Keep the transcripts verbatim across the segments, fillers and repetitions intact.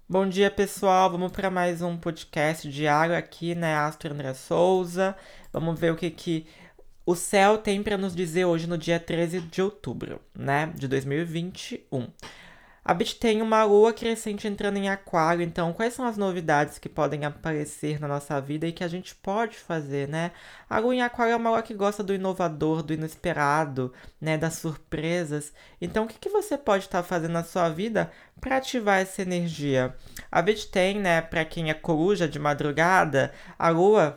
Bom dia, pessoal. Vamos para mais um podcast diário aqui, né? Astro André Souza. Vamos ver o que que o céu tem para nos dizer hoje no dia treze de outubro, né? De dois mil e vinte e um. A Bit tem uma lua crescente entrando em aquário, então quais são as novidades que podem aparecer na nossa vida e que a gente pode fazer, né? A lua em aquário é uma lua que gosta do inovador, do inesperado, né? Das surpresas. Então o que, que você pode estar fazendo na sua vida para ativar essa energia? A Bit tem, né, para quem é coruja de madrugada, a lua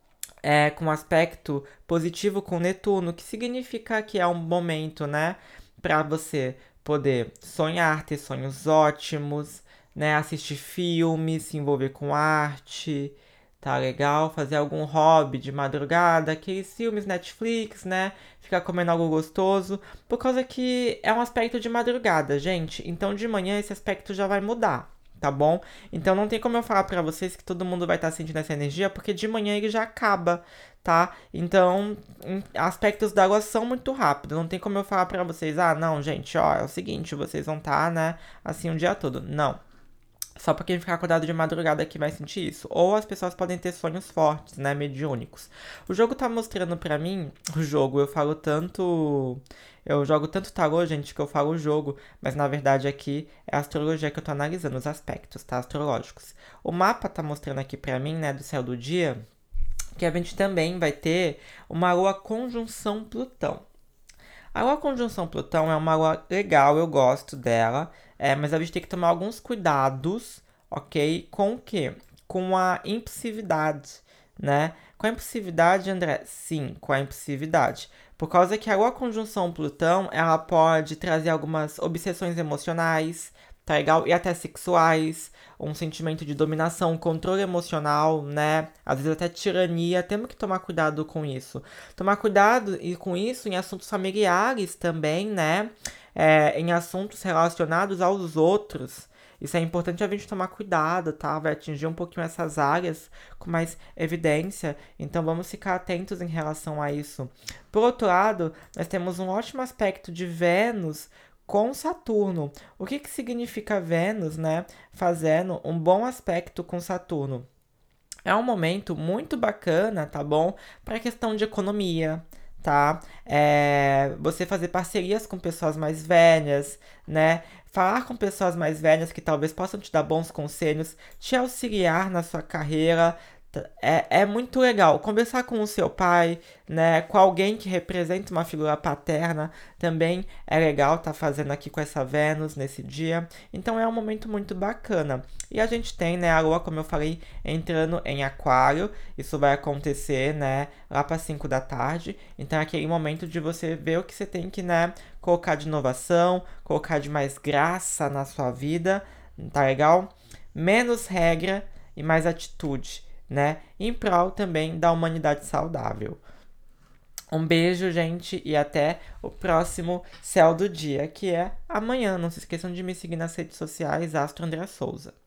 é, com aspecto positivo com Netuno, que significa que é um momento, né, para você poder sonhar, ter sonhos ótimos, né, assistir filmes, se envolver com arte, tá legal? Fazer algum hobby de madrugada, aqueles filmes Netflix, né, ficar comendo algo gostoso, por causa que é um aspecto de madrugada, gente. Então de manhã esse aspecto já vai mudar. Tá bom? Então não tem como eu falar pra vocês que todo mundo vai estar sentindo essa energia, porque de manhã ele já acaba, tá? Então, em- aspectos da água são muito rápidos. Não tem como eu falar pra vocês, ah, não, gente, ó, é o seguinte, vocês vão estar, né, assim o dia todo. Não. Só pra quem ficar acordado de madrugada que vai sentir isso. Ou as pessoas podem ter sonhos fortes, né, mediúnicos. O jogo tá mostrando pra mim, o jogo, eu falo tanto, eu jogo tanto tarô, gente, que eu falo o jogo, mas na verdade aqui é a astrologia que eu tô analisando, os aspectos, tá, astrológicos. O mapa tá mostrando aqui pra mim, né, do céu do dia, que a gente também vai ter uma lua conjunção Plutão. A lua conjunção Plutão é uma lua legal, eu gosto dela, é, mas a gente tem que tomar alguns cuidados, ok? Com o quê? Com a impulsividade, né? Com a impulsividade, André? Sim, com a impulsividade. Por causa que a lua conjunção Plutão, ela pode trazer algumas obsessões emocionais, tá legal? E até sexuais, um sentimento de dominação, controle emocional, né? Às vezes até tirania, temos que tomar cuidado com isso. Tomar cuidado e com isso em assuntos familiares também, né? É, em assuntos relacionados aos outros. Isso é importante a gente tomar cuidado, tá? Vai atingir um pouquinho essas áreas com mais evidência. Então vamos ficar atentos em relação a isso. Por outro lado, nós temos um ótimo aspecto de Vênus com Saturno. O que, que significa Vênus, né? Fazendo um bom aspecto com Saturno. É um momento muito bacana, tá bom? Para questão de economia, tá? É, você fazer parcerias com pessoas mais velhas, né? Falar com pessoas mais velhas que talvez possam te dar bons conselhos, te auxiliar na sua carreira. É, é muito legal conversar com o seu pai, né? Com alguém que representa uma figura paterna, também é legal estar tá fazendo aqui com essa Vênus nesse dia. Então é um momento muito bacana. E a gente tem, né, a Lua, como eu falei, entrando em Aquário. Isso vai acontecer, né, lá para cinco da tarde. Então é aquele momento de você ver o que você tem que, né, colocar de inovação, colocar de mais graça na sua vida, tá legal? Menos regra e mais atitude, né? Em prol também da humanidade saudável. Um beijo, gente, e até o próximo Céu do Dia, que é amanhã. Não se esqueçam de me seguir nas redes sociais, Astro André Souza.